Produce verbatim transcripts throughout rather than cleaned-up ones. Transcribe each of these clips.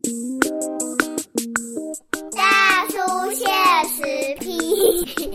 大叔现实批。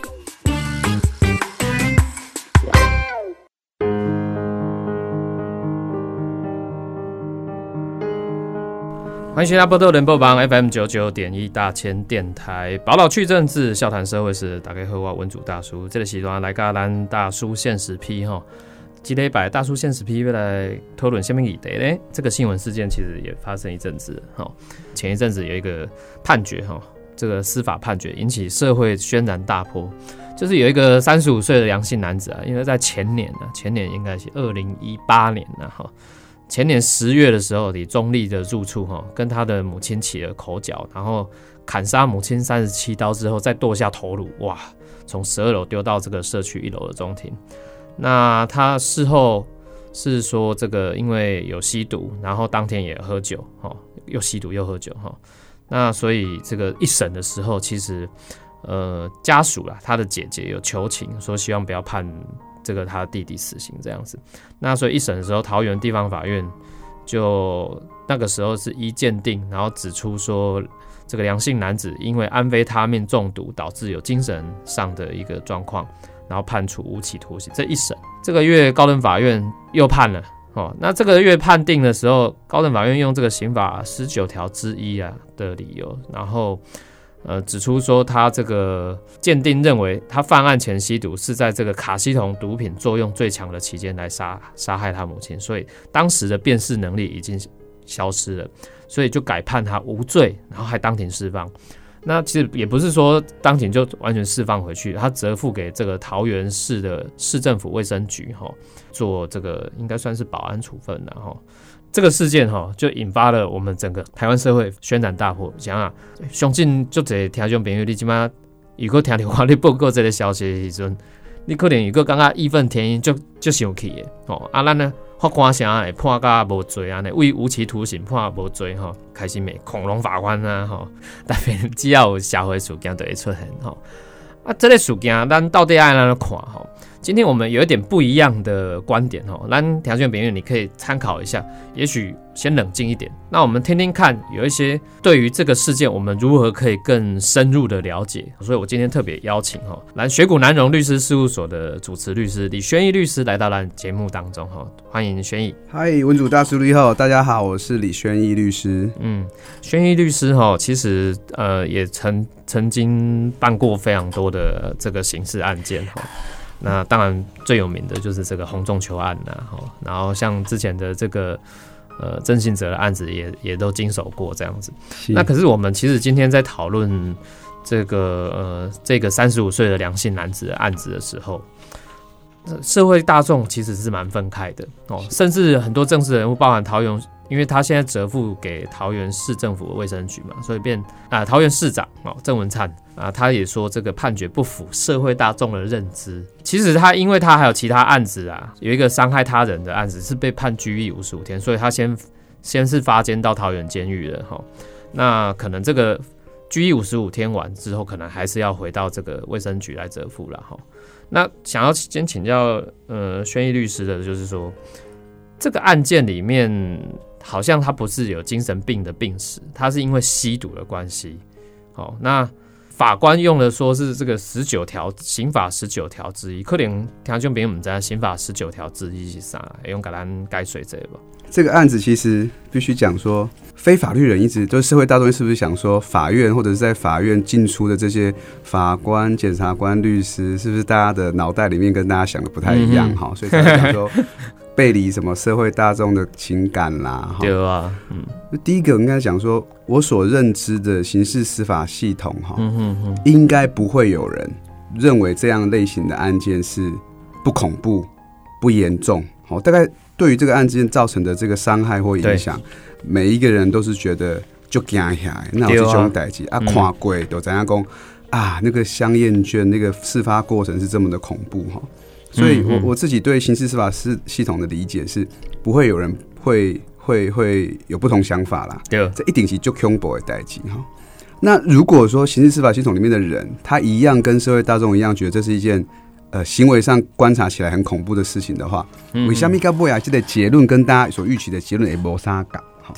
欢迎新加坡豆联播帮 F M 九九点一大千电台，宝岛趣政治，笑谈社会事，大家好，我文主大叔，这个时段来跟咱大叔现实批哈。这礼拜大叔现实批要来讨论什么议题呢？这个新闻事件其实也发生一阵子哈，前一阵子有一个判决哈，这个司法判决引起社会轩然大波，就是有一个三十五岁的杨姓男子啊，因为在前年啊，前年应该是二零一八年啊哈。前年十月的时候，李中立的入处跟他的母亲起了口角，然后砍杀母亲三十七刀之后，再剁下头颅，哇！从十二楼丢到这个社区一楼的中庭。那他事后是说，这个因为有吸毒，然后当天也喝酒，又吸毒又喝酒，那所以这个一审的时候，其实呃家属啦，他的姐姐有求情，说希望不要判这个他弟弟死刑这样子。那所以一审的时候，桃园地方法院就那个时候是依鉴定，然后指出说这个梁姓男子因为安非他命中毒导致有精神上的一个状况，然后判处无期徒刑。这一审这个月高等法院又判了哦，那这个月判定的时候，高等法院用这个刑法十九条之一啊的理由，然后呃，指出说他这个鉴定认为他犯案前吸毒是在这个卡西酮毒品作用最强的期间来杀杀害他母亲，所以当时的辨识能力已经消失了，所以就改判他无罪，然后还当庭释放。那其实也不是说当庭就完全释放回去，他责付给这个桃园市的市政府卫生局齁做这个应该算是保安处分啦齁。这个事件齁就引发了我们整个台湾社会轩然大波。想啊，相信就这听众朋友，你今晚如果听到我你报告这个消息的时候，你可能如果感觉义愤填膺，就就生气的哦。啊，咱呢法官啥会判到无罪啊？为无期徒刑判无罪哈，开始骂恐龙法官啊哈。但是只要有社会事件就会出现哈。啊，这类事件咱到底要怎么看哈？今天我们有一点不一样的观点哦，咱听众朋友你可以参考一下，也许先冷静一点。那我们听听看，有一些对于这个事件，我们如何可以更深入的了解。所以我今天特别邀请哈，来学谷南荣律师事务所的主持律师李轩逸律师来到咱节目当中哈，欢迎轩逸。 嗨，文主大叔你好，大家好，我是李轩逸律师。 嗯，轩逸律师哈，其实呃也曾曾经办过非常多的这个刑事案件哈。那当然最有名的就是这个洪仲丘案啊，然后像之前的这个呃郑信哲的案子也也都经手过这样子。那可是我们其实今天在讨论这个呃这个三十五岁的梁姓男子的案子的时候，社会大众其实是蛮愤慨的哦，甚至很多政治人物，包含桃园，因为他现在责付给桃园市政府的卫生局嘛，所以变啊桃园市长哦郑文灿啊，他也说这个判决不符社会大众的认知。其实他因为他还有其他案子啊，有一个伤害他人的案子是被判拘役五十五天，所以他先先是发监到桃园监狱了哈。那可能这个拘役五十五天完之后，可能还是要回到这个卫生局来责付了哈。那想要先请教呃轩逸律师的，就是说这个案件里面好像他不是有精神病的病史，他是因为吸毒的关系。好，那法官用的说是这个十九条刑法十九条之一，可能听众朋友不知道刑法十九条之一是啥，用给咱解说这个吧。 这个案子其实必须讲说，非法律人一直就是社会大众是不是想说，法院或者是在法院进出的这些法官、检察官、律师，是不是大家的脑袋里面跟大家想的不太一样哈、嗯？所以才会讲说背离什么社会大众的情感啦。 对啊，嗯， 第一个应该讲说，我所认知的刑事司法系统哈、嗯，应该不会有人认为这样类型的案件是不恐怖、不严重。好，大概对于这个案件造成的这个伤害或影响，每一个人都是觉得就惊吓，那有这种代志啊，看过都知道讲啊，那个香艳娟那个事发过程是这么的恐怖哈。所以我，我我自己对刑事司法系统的理解是，不会有人会会会有不同想法啦。对，这一定是最恐怖的代志哈。那如果说刑事司法系统里面的人，他一样跟社会大众一样，觉得这是一件呃行为上观察起来很恐怖的事情的话，为什么到尾啊这个结论跟大家所预期的结论也没啥同？对，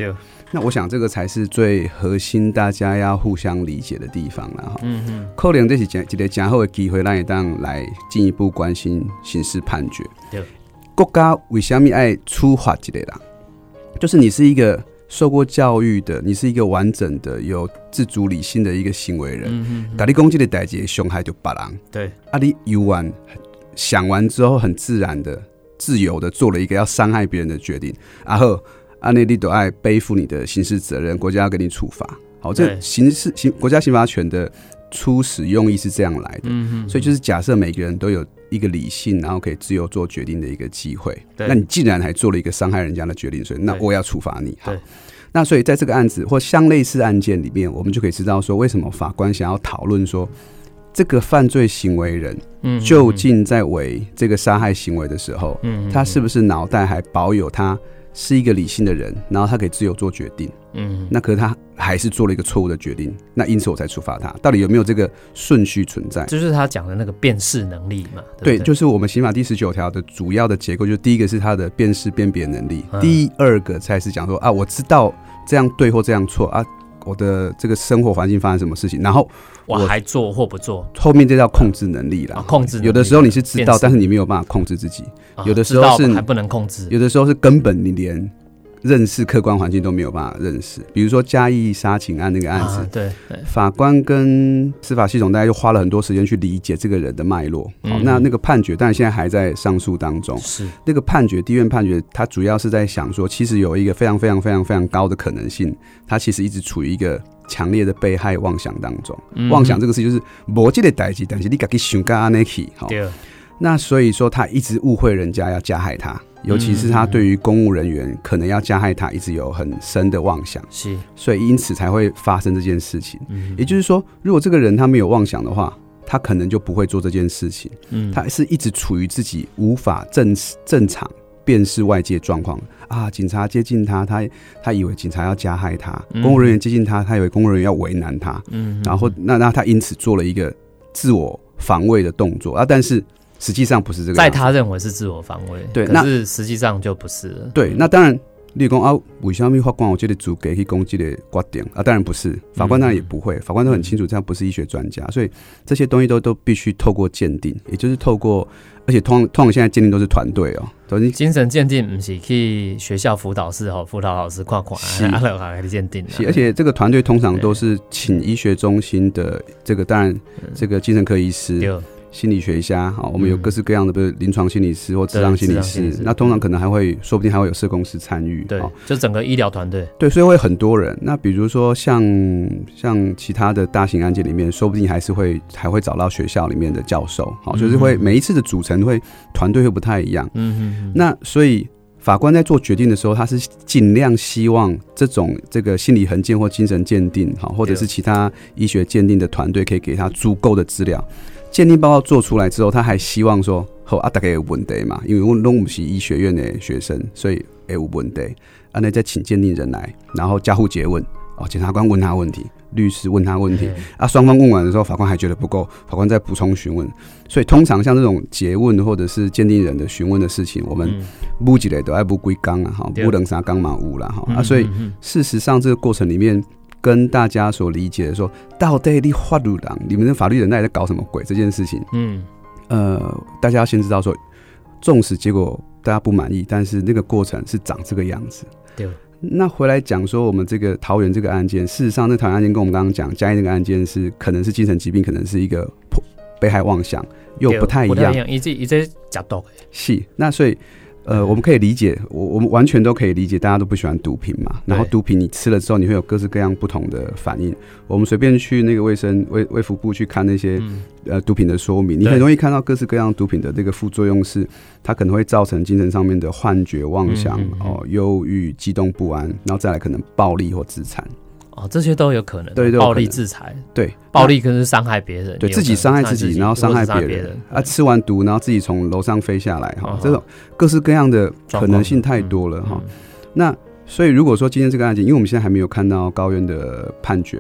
那我想这个才是最核心，大家要互相理解的地方了哈。 嗯嗯， 可能这是一个很好的机会，让你当来进一步关心刑事判决。 对， 国家为什么爱处罚这个人？就是你是一个受过教育的，你是一个完整的、有自主理性的一个行为人。嗯嗯，跟你讲这个代志伤害就别人。 对， 啊，你游完想完之后，很自然的、自由的做了一个要伤害别人的决定，然后。按内你都爱背负你的刑事责任，国家要给你处罚。好，这刑事刑国家刑罚权的初始用意是这样来的，嗯嗯，所以就是假设每个人都有一个理性，然后可以自由做决定的一个机会。那你既然还做了一个伤害人家的决定，所以那我要处罚你。好，那所以在这个案子或相类似案件里面，我们就可以知道说，为什么法官想要讨论说，这个犯罪行为人究竟在为这个杀害行为的时候，嗯，他是不是脑袋还保有他是一个理性的人，然后他可以自由做决定，嗯，那可是他还是做了一个错误的决定，那因此我才处罚他。到底有没有这个顺序存在？ 就是他讲的那个辨识能力嘛， 对, 对, 对，就是我们刑法第十九条的主要的结构，就是第一个是他的辨识辨别能力，嗯，第二个才是讲说啊，我知道这样对或这样错啊，我的这个生活环境发生什么事情，然后我还做或不做， 后面这叫控制能力啦，啊，控制能力。有的时候你是知道，但是你没有办法控制自己，啊，有的时候是还不能控制， 有的时候是根本你连认识客观环境都没有办法认识。比如说嘉义杀警案那个案子，啊，对对，法官跟司法系统大概就花了很多时间去理解这个人的脉络。嗯，好，那那个判决，但现在还在上诉当中。是那个判决，地院判决，它主要是在想说，其实有一个非常非常非常非常高的可能性，它其实一直处于一个强烈的被害妄想当中。嗯，妄想这个事就是没这个代志，但是你自己想到这样去，对。那所以说他一直误会人家要加害他，尤其是他对于公务人员可能要加害他一直有很深的妄想，是，所以因此才会发生这件事情。嗯，也就是说，如果这个人他没有妄想的话，他可能就不会做这件事情。嗯，他是一直处于自己无法正正常辨识外界状况啊，警察接近他，他他以为警察要加害他；嗯，公务人员接近他，他以为公务人员要为难他。嗯，然后那那他因此做了一个自我防卫的动作啊，但是实际上不是这个， 在他认为是自我防卫，对，可是实际上就不是了。 对，那当然，你说啊，为什么法官有这个资格去讲这个决定啊？当然不是，法官当然也不会，法官都很清楚，这样不是医学专家，所以这些东西都都必须透过鉴定，也就是透过，而且通通常现在鉴定都是团队哦，都是精神鉴定，不是去学校辅导室吼，辅导老师看看，啊，然后来鉴定。 是，而且这个团队通常都是请医学中心的这个，当然这个精神科医师。心理学家，我们有各式各样的，比如临床心理师或諮商心理师，那通常可能还会，说不定还会有社工师参与， 对，就整个医疗团队， 对，所以会很多人。那比如说像像其他的大型案件里面，说不定还是会还会找到学校里面的教授，好，就是会每一次的组成会团队会不太一样，嗯嗯，那所以法官在做决定的时候，他是尽量希望这种这个心理衡鉴或精神鉴定，或者是其他医学鉴定的团队可以给他足够的资料。鉴定报告做出来之后，他还希望说，好啊，大概有问题嘛，因为我们都不是医学院的学生，所以有问题，啊，那再请鉴定人来，然后交互诘问，哦，检察官问他问题，律师问他问题，啊，双方问完的时候，法官还觉得不够，法官再补充询问，所以通常像这种诘问或者是鉴定人的询问的事情，我们补一类都要补几缸啊，哈，补两三缸嘛有啦，哈，啊，所以事实上这个过程里面。跟大家所理解的说，到底你法律人，你们的法律人在在搞什么鬼这件事情？嗯，呃，大家要先知道说，纵使结果大家不满意，但是那个过程是长这个样子。对。那回来讲说，我们这个桃园这个案件，事实上，那桃园案件跟我们刚刚讲嘉义那个案件是可能是精神疾病，可能是一个被害妄想，又不太一样。 一这一这假毒。 是，那所以。呃，我们可以理解，我我们完全都可以理解，大家都不喜欢毒品嘛。然后毒品你吃了之后，你会有各式各样不同的反应。我们随便去那个卫生卫卫福部去看那些、嗯、呃毒品的说明，你很容易看到各式各样毒品的这个副作用是，它可能会造成精神上面的幻觉、妄想、嗯嗯嗯哦、忧郁、激动不安，然后再来可能暴力或自残。 哦，这些都有可能， 对， 暴力制裁， 对， 暴力可能是伤害别人， 对自己伤害自己，然后伤害别人，人啊，吃完毒然后自己从楼上飞下来，哈、哦，这种各式各样的可能性太多了，哈、嗯嗯。那所以如果说今天这个案件，因为我们现在还没有看到高院的判决，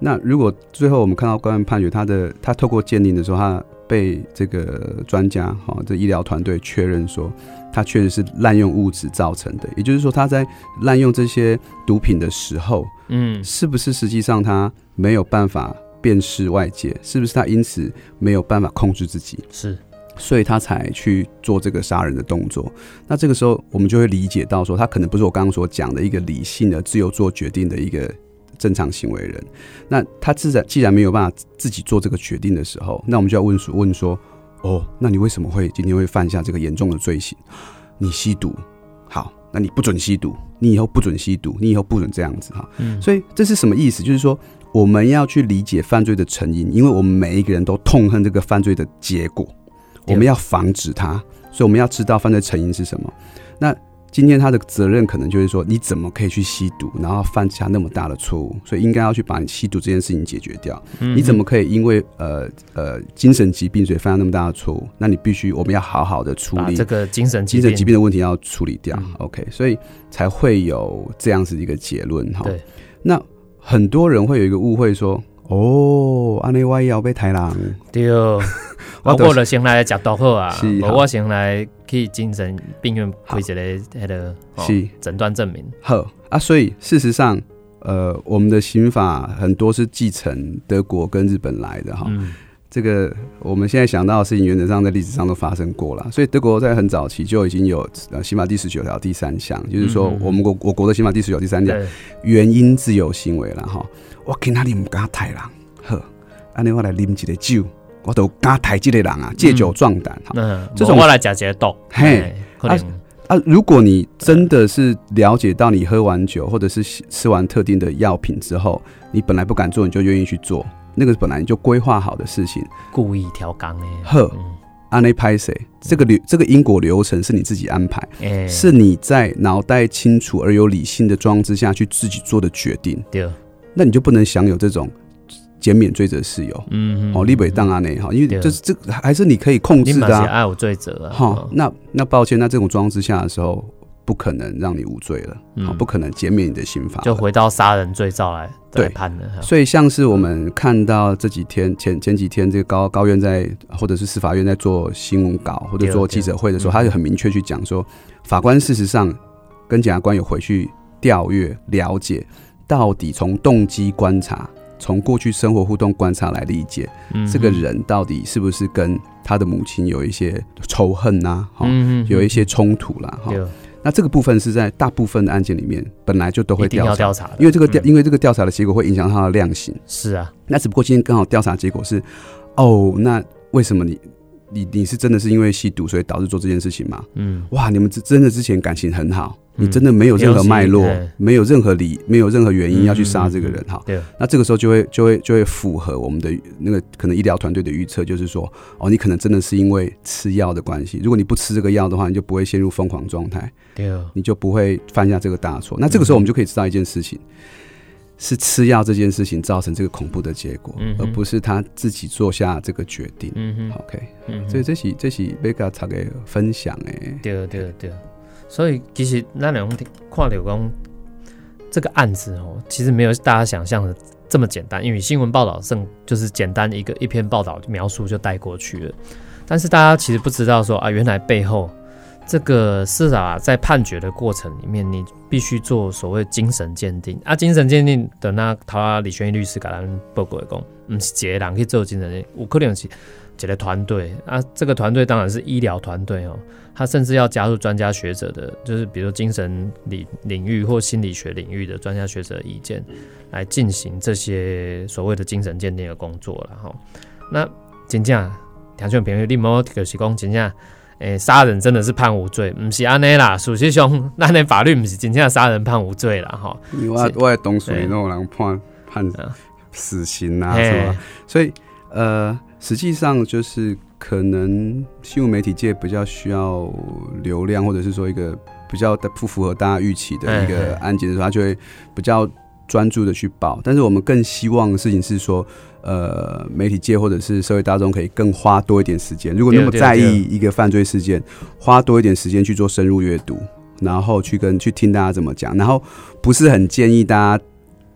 那如果最后我们看到官员判决，他的他透过鉴定的时候，他被这个专家哈、哦，这医疗团队确认说，他确实是滥用物质造成的。也就是说，他在滥用这些毒品的时候，嗯，是不是实际上他没有办法辨识外界？是不是他因此没有办法控制自己？ 是。 所以他才去做这个杀人的动作。那这个时候，我们就会理解到说，他可能不是我刚刚所讲的一个理性的、自由做决定的一个正常行为人。那他自然既然没有办法自己做这个决定的时候，那我们就要问说：问说，哦，那你为什么会今天会犯下这个严重的罪行？你吸毒，好，那你不准吸毒，你以后不准吸毒，你以后不准这样子哈。嗯，所以这是什么意思？就是说，我们要去理解犯罪的成因，因为我们每一个人都痛恨这个犯罪的结果。我们要防止它，所以我们要知道犯罪成因是什么。那今天他的责任可能就是说，你怎么可以去吸毒，然后犯下那么大的错误？所以应该要去把你吸毒这件事情解决掉。嗯、你怎么可以因为呃呃精神疾病所以犯下那么大的错误？那你必须我们要好好的处理把这个精神疾病精神疾病的问题要处理掉。嗯、OK， 所以才会有这样子一个结论哈。 对， 那很多人会有一个误会说，哦，安尼我也要被抬狼。 对。我过了先来吃毒好啊，我先来去精神病院开一个那个诊断证明。 好啊，所以事实上，呃，我们的刑法很多是继承德国跟日本来的哈。嗯、这个我们现在想到的事情，原则上在历史上都发生过了。所以德国在很早期就已经有呃刑法第十九条第三项，就是说我们国我国的刑法第十九第三项原因自由行为了哈。我今仔日唔敢抬人，好，安尼我来啉一个酒。我都敢抬这个人啊，借酒壮胆。 嗯，这种我来假节毒。 嘿，啊啊！如果你真的是了解到你喝完酒或者是吃完特定的药品之后，你本来不敢做，你就愿意去做，那个本来你就规划好的事情， 故意调缸呢？ 呵，安内拍谁？这个流这个因果流程是你自己安排，欸、是你在脑袋清楚而有理性的状况之下去自己做的决定。 对， 那你就不能享有这种。减免罪责事由，嗯，哦，你不当安内哈，因为这这还是你可以控制的啊， 爱有罪责啊， 哈，那那抱歉，那这种状况之下的时候，不可能让你无罪了，嗯，不可能减免你的刑罚， 就回到杀人罪照来来判了。 所以像是我们看到这几天前前几天这个高高院在或者是司法院在做新闻稿或者做记者会的时候，他就很明确去讲说，法官事实上跟检察官有回去调阅了解，到底从动机观察。从过去生活互动观察来理解，嗯、这个人到底是不是跟他的母亲有一些仇恨啊，嗯、有一些冲突啦。那这个部分是在大部分的案件里面本来就都会调 查, 调查因为这个调、嗯、因为这个调查的结果会影响他的量刑。 是啊， 那只不过今天刚好调查结果是，哦，那为什么你你你是真的是因为吸毒所以导致做这件事情吗？嗯，哇，你们真的之前感情很好。你真的没有任何脉络、嗯，没有任何理，没有任何原因要去杀这个人哈、嗯嗯。那这个时候就会就会就会符合我们的那个可能医疗团队的预测，就是说，哦，你可能真的是因为吃药的关系。如果你不吃这个药的话，你就不会陷入疯狂状态，对，你就不会犯下这个大错。那这个时候我们就可以知道一件事情，嗯、是吃药这件事情造成这个恐怖的结果，嗯、而不是他自己做下这个决定。嗯 OK，嗯、所以这是这是要跟大家分享诶。 对对对。所以其实咱两看到讲这个案子哦，其实没有大家想象的这么简单，因为新闻报道上就是简单一个一篇报道描述就带过去了。但是大家其实不知道说啊，原来背后这个司法在判决的过程里面，你必须做所谓精神鉴定啊。精神鉴定的那他李轩逸律师给咱报告讲，不是一个人去做精神鉴定，有可能是一个团队啊。这个团队当然是医疗团队哦。他甚至要加入专家学者的，就是比如精神领领域或心理学领域的专家学者的意见，来进行这些所谓的精神鉴定的工作了哈。那真正听众朋友，你莫就是讲真正，诶，杀人真的是判无罪，不是安尼啦。事实上，咱的法律不是真正杀人判无罪啦哈。 我我的同事那种人判判死刑啊什么，所以呃，实际上就是。可能新闻媒体界比较需要流量，或者是说一个比较不符合大家预期的一个案件的时候，他就会比较专注的去报。但是我们更希望的事情是说，呃，媒体界或者是社会大众可以更花多一点时间。如果那么在意一个犯罪事件，花多一点时间去做深入阅读，然后去跟去听大家怎么讲，然后不是很建议大家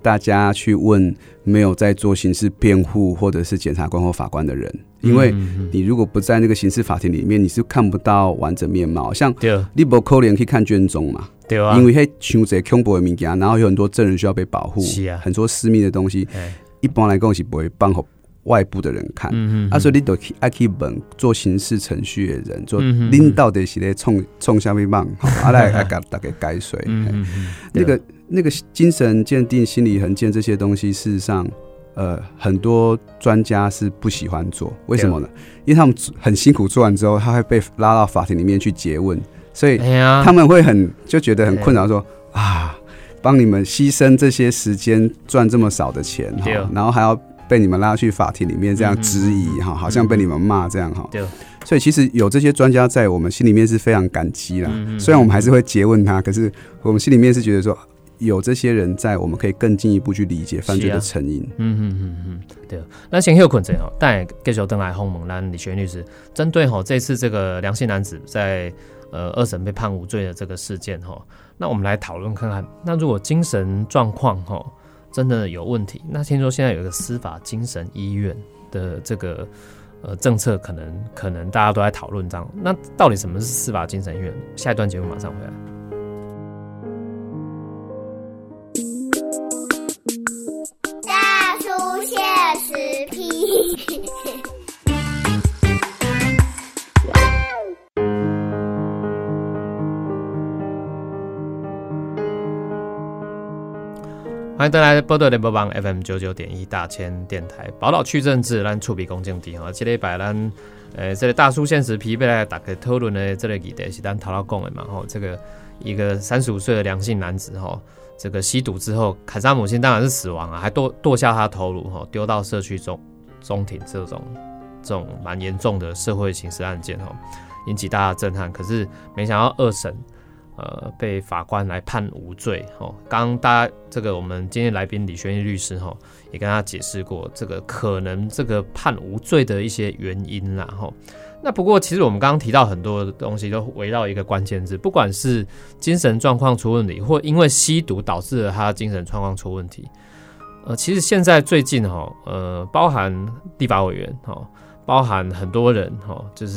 大家去问没有在做刑事辩护或者是检察官或法官的人，因为你如果不在那个刑事法庭里面，你是看不到完整面貌。像你不可能去看卷宗嘛，对啊，因为那太多恐怖的物件，然后有很多证人需要被保护，是啊，很多私密的东西，一般来讲是不会放给外部的人看。嗯嗯啊，所以你都要去问做刑事程序的人，说恁到底是在冲冲什么棒，啊来来给大家解释。嗯嗯，那个那个精神鉴定、心理衡鉴这些东西，事实上，呃，很多专家是不喜欢做，为什么呢？因为他们很辛苦做完之后，他会被拉到法庭里面去诘问，所以他们会很就觉得很困扰，说啊，帮你们牺牲这些时间赚这么少的钱，然后还要被你们拉去法庭里面这样质疑，嗯、好像被你们骂这样哈。所以其实有这些专家在我们心里面是非常感激啦。嗯、虽然我们还是会诘问他，可是我们心里面是觉得说，有这些人在，我们可以更进一步去理解犯罪的成因。啊、嗯嗯嗯嗯， 对。那先休困者哈，但继续登来访问咱李璇律师，针对哈这次这个梁姓男子在呃二审被判无罪的这个事件哈，那我们来讨论看看，那如果精神状况哈真的有问题，那听说现在有一个司法精神医院的这个呃政策，可能可能大家都在讨论这样。那到底什么是司法精神医院？下一段节目马上回来。 大叔现实批。 欢迎登来报道联播网 F M 九九点一大千电台宝岛趣政治，咱触笔公正地哈。这礼拜咱呃这个大叔现实批要来大家讨论的这个议题是咱头头讲的嘛吼，这个一个三十五岁的梁姓男子哈，这个吸毒之后砍杀母亲，当然是死亡啊，还剁剁下他头颅哈，丢到社区中中庭这种这种蛮严重的社会刑事案件哈，引起大家的震撼。可是没想到二审。呃，被法官来判无罪。哦，刚刚大家这个我们今天来宾李璇律师哈，也跟他解释过这个可能这个判无罪的一些原因啦。哈，那不过其实我们刚刚提到很多东西都围绕一个关键字，不管是精神状况出问题，或因为吸毒导致了他精神状况出问题。呃，其实现在最近哈，呃，包含立法委员哈，包含很多人哈，就是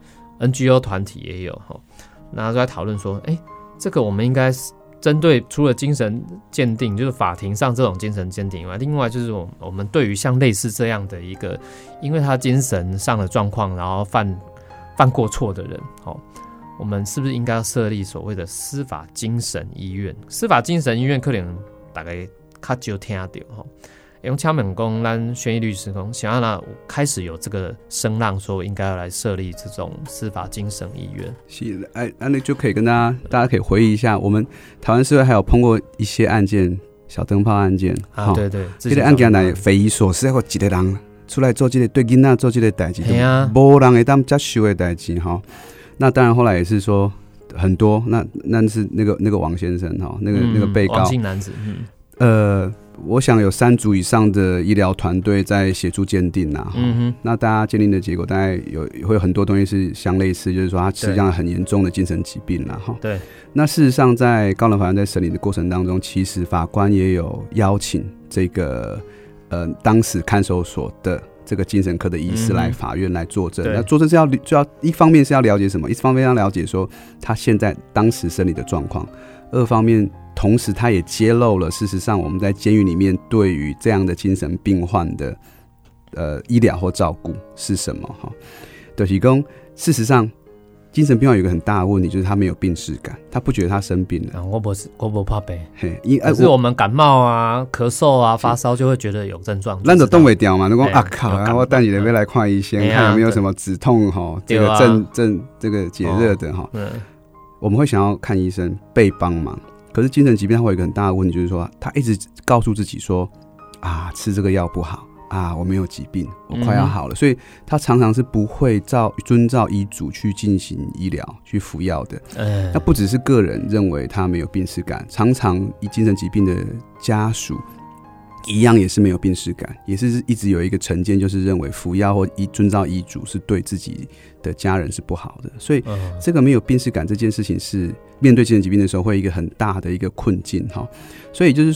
N G O 团体也有哈。那都在讨论说，哎、欸，这个我们应该针对除了精神鉴定，就是法庭上这种精神鉴定以外，另外就是我们我们对于像类似这样的一个，因为他精神上的状况，然后犯犯过错的人，哦，我们是不是应该要设立所谓的司法精神医院？司法精神医院可能大概较少听到哈。用敲门工，咱宣义律师工，想要呢开始有这个声浪，说应该要来设立这种司法精神医院。 是，哎，那就可以跟大家，大家可以回忆一下，我们台湾社会还有碰过一些案件，小灯泡案件啊，对对， 这个案件来匪夷所思，有一个人出来做这个对囡仔做这个代志，无人会当接受的代志哈。那当然后来也是说很多，那那是那个那个王先生哈，那个、嗯、那个被告， 王姓男子，嗯， 呃。我想有三组以上的医疗团队在协助鉴定啊，嗯哼，那大家鉴定的结果大概有会有很多东西是相类似，就是说他实际上很严重的精神疾病啦，哈。 对。 那事实上，在高等法院在审理的过程当中，其实法官也有邀请这个呃当时看守所的这个精神科的医师来法院来作证。嗯、那作证是要就要一方面是要了解什么，一方面要了解说他现在当时审理的状况，二方面。同时，他也揭露了，事实上我们在监狱里面对于这样的精神病患的呃医疗或照顾是什么哈？就是说，事实上，精神病患有一个很大的问题，就是他没有病识感，他不觉得他生病了。 啊、我不是，我不怕病。嘿，可是我们感冒啊、咳嗽啊、发烧就会觉得有症状， 那就动不掉嘛。如果啊靠，然后带你的杯来看医生，看有没有什么止痛哈，这个镇镇这个解热的哈。嗯，我们会想要看医生被帮忙。可是精神疾病它会有一个很大的问题，就是说他一直告诉自己说啊，吃这个药不好啊，我没有疾病，我快要好了，嗯、所以他常常是不会照遵照医嘱去进行医疗、去服药的。嗯，那不只是个人认为他没有病识感，常常以精神疾病的家属一样也是没有病识感，也是一直有一个成见，就是认为服药或遵照医嘱是对自己的家人是不好的，所以这个没有病识感这件事情是面对精神疾病的时候会一个很大的一个困境哈。所以就是说，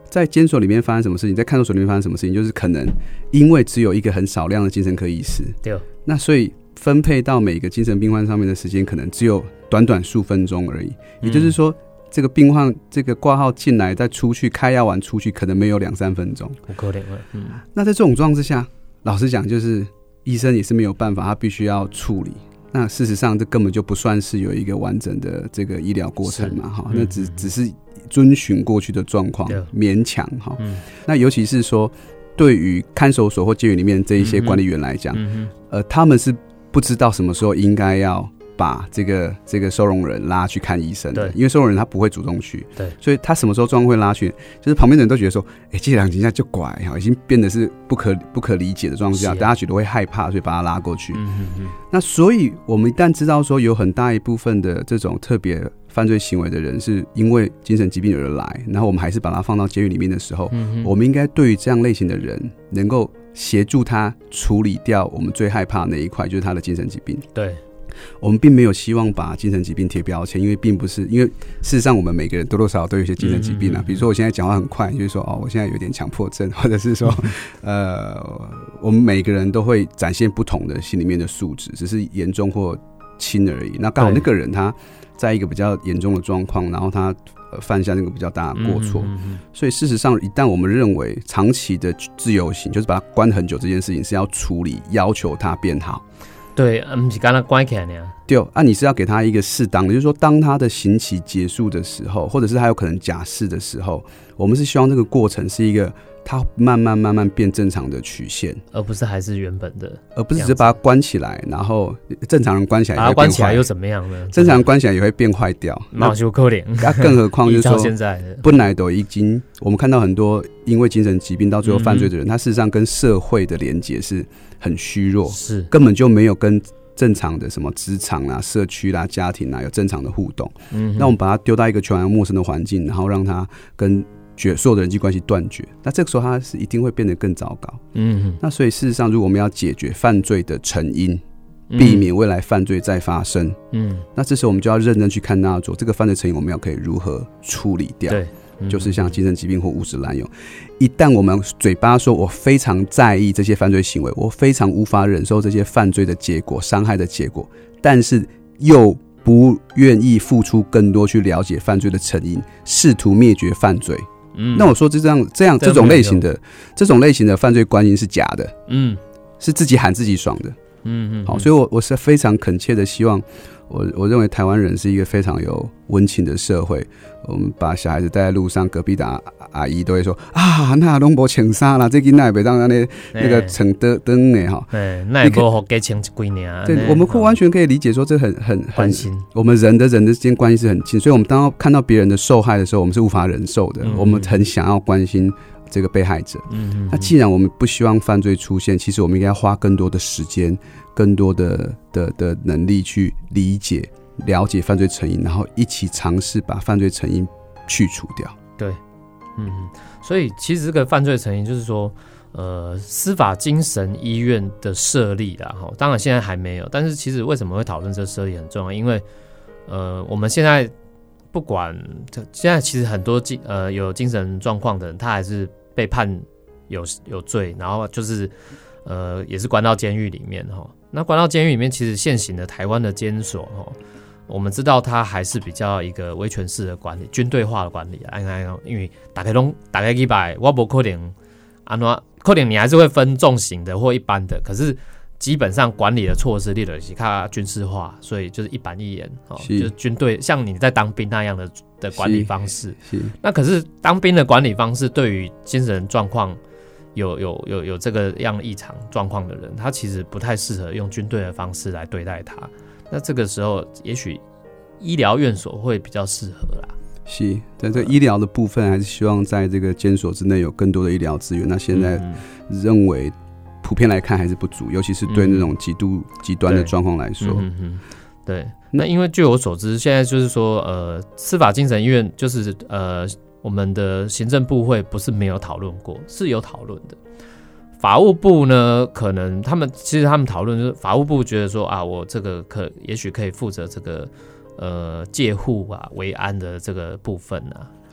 在监所里面发生什么事情，在看守所里面发生什么事情，就是可能因为只有一个很少量的精神科医师， 对， 那所以分配到每个精神病患上面的时间可能只有短短数分钟而已，也就是说。嗯这个病患这个挂号进来再出去开药完出去可能没有两三分钟， 不可能了。嗯， 那在这种状况之下，老实讲就是医生也是没有办法，他必须要处理。那事实上这根本就不算是有一个完整的这个医疗过程嘛，哈、嗯，那只只是遵循过去的状况，勉强哈、嗯。那尤其是说对于看守所或监狱里面这一些管理员来讲、嗯，呃，他们是不知道什么时候应该要。把这个这个收容人拉去看医生的，因为收容人他不会主动去，对，所以他什么时候状况会拉去，就是旁边的人都觉得说，哎、欸，这两集下就拐哈，已经变得是不可不可理解的状况下，大家觉得会害怕，所以把他拉过去。嗯嗯嗯。那所以我们一旦知道说有很大一部分的这种特别犯罪行为的人是因为精神疾病而来，然后我们还是把他放到监狱里面的时候，嗯、我们应该对于这样类型的人能够协助他处理掉我们最害怕的那一块，就是他的精神疾病。 对。 我们并没有希望把精神疾病贴标签，因为并不是，因为事实上我们每个人多多少少都有一些精神疾病啊。比如说我现在讲话很快，就是说哦，我现在有点强迫症，或者是说，呃，我们每个人都会展现不同的心里面的素质，只是严重或轻而已。那刚好那个人他在一个比较严重的状况，然后他、呃、犯下那个比较大的过错、嗯嗯嗯，所以事实上，一旦我们认为长期的自由刑，就是把他关很久这件事情是要处理，要求他变好。 对，不是刚才关起来呢。 对，啊，你是要给他一个适当的，就是说，当他的刑期结束的时候，或者是他有可能假释的时候，我们是希望这个过程是一个他慢慢慢慢变正常的曲线， 而不是还是原本的， 而不是只是把他关起来，然后正常人关起来也会变坏，把他关起来又怎么样呢？ 正常人关起来也会变坏掉， 那就可怜。 那更何况就是说，现在本来都已经，我们看到很多因为精神疾病到最后犯罪的人，嗯、他事实上跟社会的连结是很虚弱，是根本就没有跟正常的什么职场啦、社区啦、家庭啦有正常的互动。嗯，那我们把他丢到一个全然陌生的环境，然后让他跟所有的人际关系断绝，那这个时候他是一定会变得更糟糕。嗯，那所以事实上，如果我们要解决犯罪的成因，避免未来犯罪再发生，嗯，那这时候我们就要认真去看他做这个犯罪成因，我们要可以如何处理掉。对。就是像精神疾病或物质滥用，一旦我们嘴巴说我非常在意这些犯罪行为，我非常无法忍受这些犯罪的结果、伤害的结果，但是又不愿意付出更多去了解犯罪的成因，试图灭绝犯罪。嗯，那我说这样这样这种类型的这种类型的犯罪观念是假的，嗯，是自己喊自己爽的。嗯嗯，好，所以我我是非常恳切的希望。我我认为台湾人是一个非常有温情的社会。我们把小孩子带在路上，隔壁的 阿, 阿姨都会说啊，那拢无穿衫啦，这囡仔袂当那那那个穿灯灯呢哈。对，那也无好给穿一几年。对，我们完全可以理解说这很很很，我们人的人的之间关系是很近，所以我们当看到别人的受害的时候，我们是无法忍受的。嗯、我们很想要关心这个被害者。嗯，那既然我们不希望犯罪出现，其实我们应该花更多的时间、更多的的的能力去理解、了解犯罪成因，然后一起尝试把犯罪成因去除掉。 对，嗯，所以其实这个犯罪成因就是说，呃，司法精神医院的设立啦，哈，当然现在还没有，但是其实为什么会讨论这设立很重要，因为呃，我们现在不管现在其实很多精呃有精神状况的人，他还是被判有有罪，然后就是呃也是关到监狱里面哈。那关到监狱里面，其实现行的台湾的监所哈，我们知道它还是比较一个威权式的管理、军队化的管理啊。因为大家都大家一百，我不可能安怎，可能你还是会分重刑的或一般的，可是基本上管理的措施，例如是看军事化，所以就是一板一眼哦，就是军队像你在当兵那样的的管理方式。那可是当兵的管理方式，对于精神状况有有有有这个样异常状况的人，他其实不太适合用军队的方式来对待他。那这个时候，也许医疗院所会比较适合啦。 是，在这医疗的部分，还是希望在这个监所之内有更多的医疗资源。那现在认为普遍来看还是不足，尤其是对那种极度极端的状况来说。 嗯嗯对，那因为据我所知，现在就是说，呃，司法精神医院就是呃。我们的行政部会不是没有讨论过，是有讨论的。法务部呢，可能他们其实他们讨论就是法务部觉得说啊，我这个可也许可以负责这个呃戒护啊、维安的这个部分啊，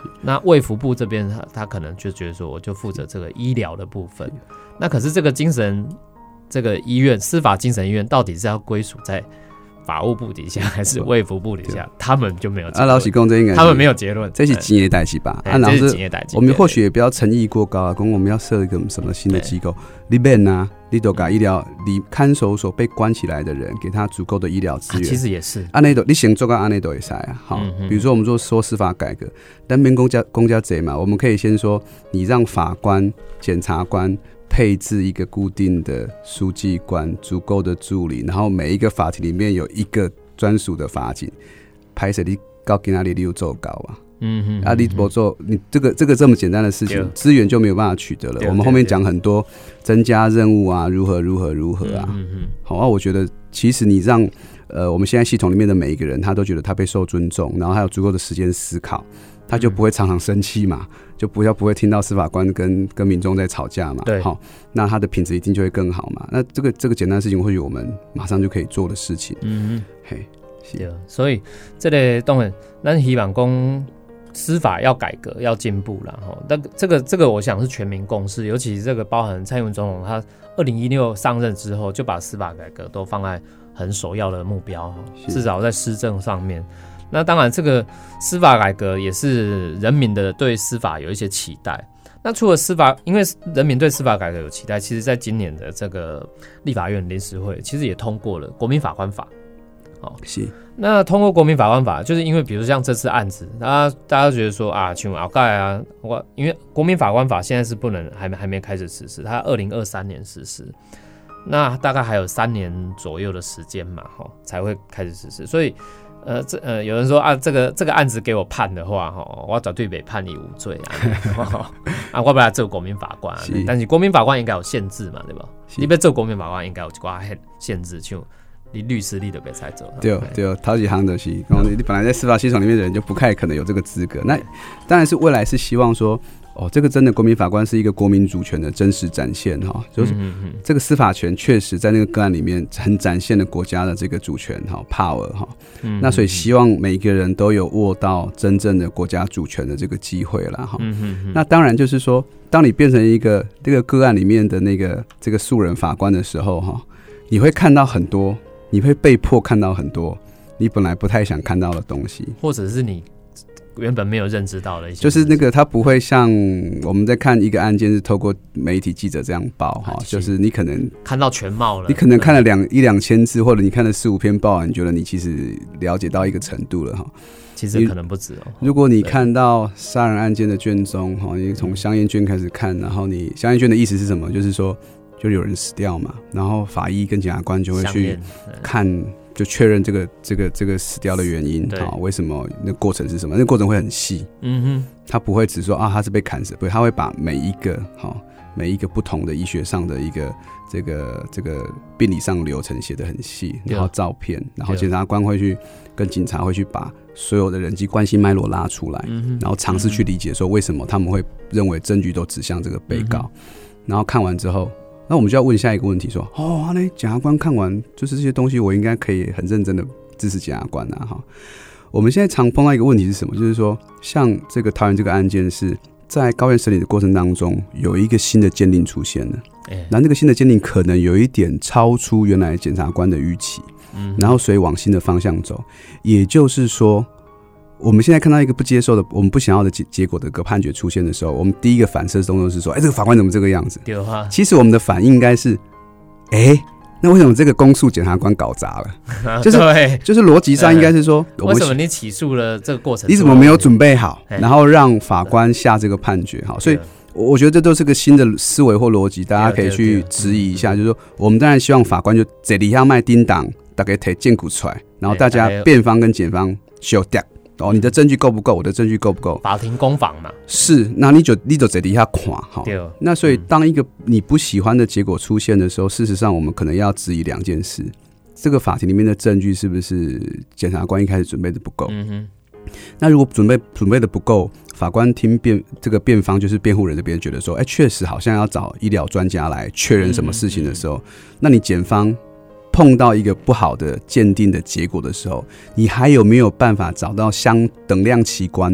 那卫福部这边他他可能就觉得说，我就负责这个医疗的部分。那可是这个精神这个医院司法精神医院到底是要归属在法务部底下还是卫福部底下？他们就没有结论。 啊，老实讲，这应该他们没有结论， 这是钱的代志吧？ 啊，这是钱的代志。 我们或许也不要诚意过高啊，讲我们要设一个什么新的机构，你免啊，你都给医疗，你看守所被关起来的人，给他足够的医疗资源、啊。 其实也是， 安内都你先做到安内都也塞啊。好、嗯，比如说我们做说司法改革，但免公家公家贼嘛，我们可以先说，你让法官、检察官。配置一个固定的书记官，足够的助理，然后每一个法庭里面有一个专属的法警，拍摄你到今哪里你有做高啊？嗯嗯，啊，你不做，你这个这个这么简单的事情，资源就没有办法取得了。我们后面讲很多增加任务啊，如何如何如何啊。嗯嗯，好啊，我觉得其实你让呃我们现在系统里面的每一个人，他都觉得他被受尊重，然后还有足够的时间思考。他就不会常常生气嘛，就不要不会听到司法官跟跟民众在吵架嘛， 对， 那他的品质一定就会更好嘛。那这个这个简单的事情，或许我们马上就可以做的事情，嗯嘿， 对，所以这个当然，咱希望讲司法要改革要进步啦，哈，但这个这个我想是全民共识，尤其是这个包含蔡英文总统他二零一六上任之后，就把司法改革都放在很首要的目标，至少在施政上面。那当然，这个司法改革也是人民的对司法有一些期待。那除了司法，因为人民对司法改革有期待，其实在今年的这个立法院临时会，其实也通过了国民法官法。哦， 是。 那通过国民法官法，就是因为比如像这次案子，大家大家觉得说啊，像鳌盖啊，我因为国民法官法现在是不能还没还没开始实施，它二零二三年实施。那大概还有三年左右的时间嘛，哈，才会开始实施，所以。呃，这呃，有人说啊，这个这个案子给我判的话，哈，我绝对被判你无罪啊！啊，我本来做国民法官，是但是国民法官应该有限制嘛，对吧？你要做国民法官，应该有一寡限制，像你律师你都别才做。 对对，头几行的是，你你本来在司法系统里面的人就不太可能有这个资格。那当然是未来是希望说。哦，这个真的国民法官是一个国民主权的真实展现哈，就是这个司法权确实在那个个案里面很展现了国家的这个主权哈 power 哈，那所以希望每个人都有握到真正的国家主权的这个机会啦哈。那当然就是说，当你变成一个这个个案里面的那个这个素人法官的时候哈，你会看到很多，你会被迫看到很多你本来不太想看到的东西， 或者是你。原本没有认知到的一些， 就是那个他不会像我们在看一个案件是透过媒体记者这样报哈，就是你可能看到全貌了， 你可能看了两一两千字，或者你看了四五篇报，你觉得你其实了解到一个程度了哈， 其实可能不止哦。 如果你看到杀人案件的卷宗哈，你从香烟卷开始看，然后你香烟卷的意思是什么？就是说就有人死掉嘛，然后法医跟检察官就会去看。就确认这个这个这个死掉的原因啊，为什么那个过程是什么？那个过程会很细，嗯哼，他不会只说啊，他是被砍死，不会，他会把每一个好每一个不同的医学上的一个这个这个病理上的流程写得很细，然后照片，然后检察官会去跟警察会去把所有的人际关系脉络拉出来，嗯、然后尝试去理解说为什么他们会认为证据都指向这个被告，嗯、然后看完之后。那我们就要问下一个问题说，哦，那检察官看完就是这些东西，我应该可以很认真的支持检察官啊哈。我们现在常碰到一个问题是什么？就是说，像这个桃园这个案件是在高院审理的过程当中，有一个新的鉴定出现了，欸、然后那个新的鉴定可能有一点超出原来检察官的预期，嗯、然后所以往新的方向走，也就是说。我们现在看到一个不接受的、我们不想要的结果的一个判决出现的时候，我们第一个反射动作是说：“哎、欸，这个法官怎么这个样子？”其实我们的反应应该是：“哎、欸，那为什么这个公诉检察官搞砸了？”就是就是逻辑上应该是说， 为什么你起诉了这个过程， 你怎么没有准备好，然后让法官下这个判决？好，所以我觉得这都是个新的思维或逻辑，大家可以去质疑一下。就是说，我们当然希望法官就这里要卖叮当，大概提荐骨出来，然后大家辩方跟检方修掉。哦，你的证据够不够？我的证据够不够？ 法庭攻防嘛， 是，那你就你就在底下看哈。那所以当一个你不喜欢的结果出现的时候，事实上我们可能要质疑两件事：这个法庭里面的证据是不是检察官一开始准备的不够？嗯哼。那如果准备准备的不够，法官听辩这个辩方就是辩护人这边觉得说，哎、欸，确实好像要找医疗专家来确认什么事情的时候，嗯嗯嗯那你检方。碰到一个不好的鉴定的结果的时候，你还有没有办法找到相等量齐观的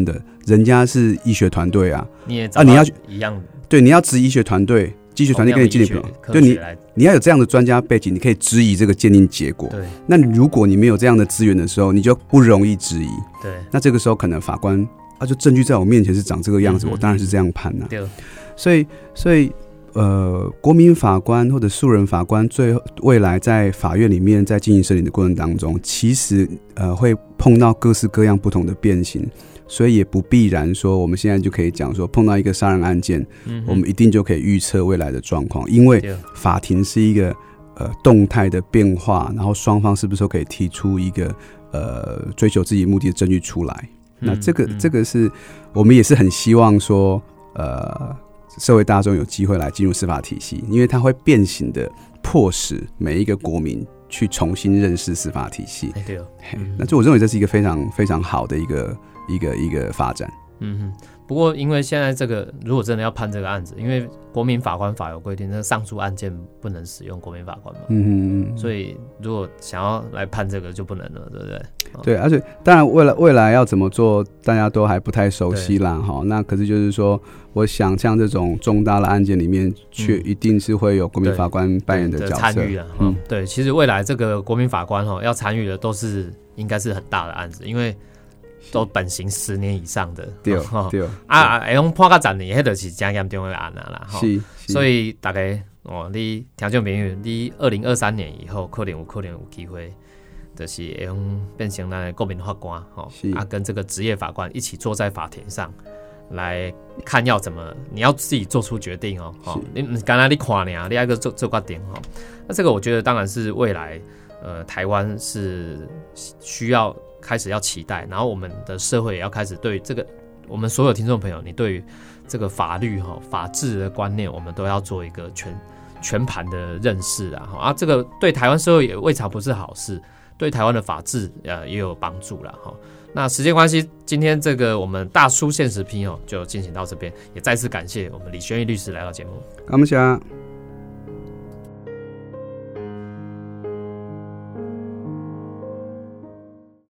人家是医学团队啊， 你也啊你要一样， 对，你要质疑医学团队，医学团队跟你鉴定，对你你要有这样的专家背景，你可以质疑这个鉴定结果。 对， 那如果你没有这样的资源的时候，你就不容易质疑。 对， 那这个时候可能法官啊，就证据在我面前是长这个样子，嗯、我当然是这样判啊。 对， 所以所以。呃，国民法官或者素人法官，最后未来在法院里面在进行审理的过程当中，其实呃会碰到各式各样不同的变形，所以也不必然说我们现在就可以讲说碰到一个杀人案件，嗯、我们一定就可以预测未来的状况，因为法庭是一个呃动态的变化，然后双方是不是都可以提出一个呃追求自己目的的证据出来？嗯、那这个、嗯、这个是我们也是很希望说呃。社会大众有机会来进入司法体系，因为它会变形的迫使每一个国民去重新认识司法体系。 欸、对、哦嗯， 那这我认为这是一个非常非常好的一个一个一个发展。 嗯哼，不过因为现在这个如果真的要判这个案子，因为国民法官法有规定，那个上诉案件不能使用国民法官嘛，嗯哼，所以如果想要来判这个就不能了，对不对？ 对，而且当然未来未来要怎么做，大家都还不太熟悉啦，哈。那可是就是说，我想像这种重大的案件里面，却一定是会有国民法官扮演的角色参与了。嗯，对，其实未来这个国民法官哈要参与的都是应该是很大的案子，因为都本刑十年以上的， 对对啊，会用判到十年，迄就是真严重的案啦，是，所以大概哦，你听众朋友，你二零二三年以后，可能有可能有机会。就是会用变成咱的国民法官，吼，啊，跟这个职业法官一起坐在法庭上来看要怎么，你要自己做出决定哦，吼，你刚才你看呢，你要个做做决定哈，那这个我觉得当然是未来，呃，台湾是需要开始要期待，然后我们的社会也要开始对这个，我们所有听众朋友，你对于这个法律哈、法治的观念，我们都要做一个全全盘的认识啊，啊，这个对台湾社会也未尝不是好事。对台湾的法治呃也有帮助啦哈。那时间关系，今天这个我们大叔现实批哦就进行到这边，也再次感谢我们李轩逸律师来到节目。 感谢。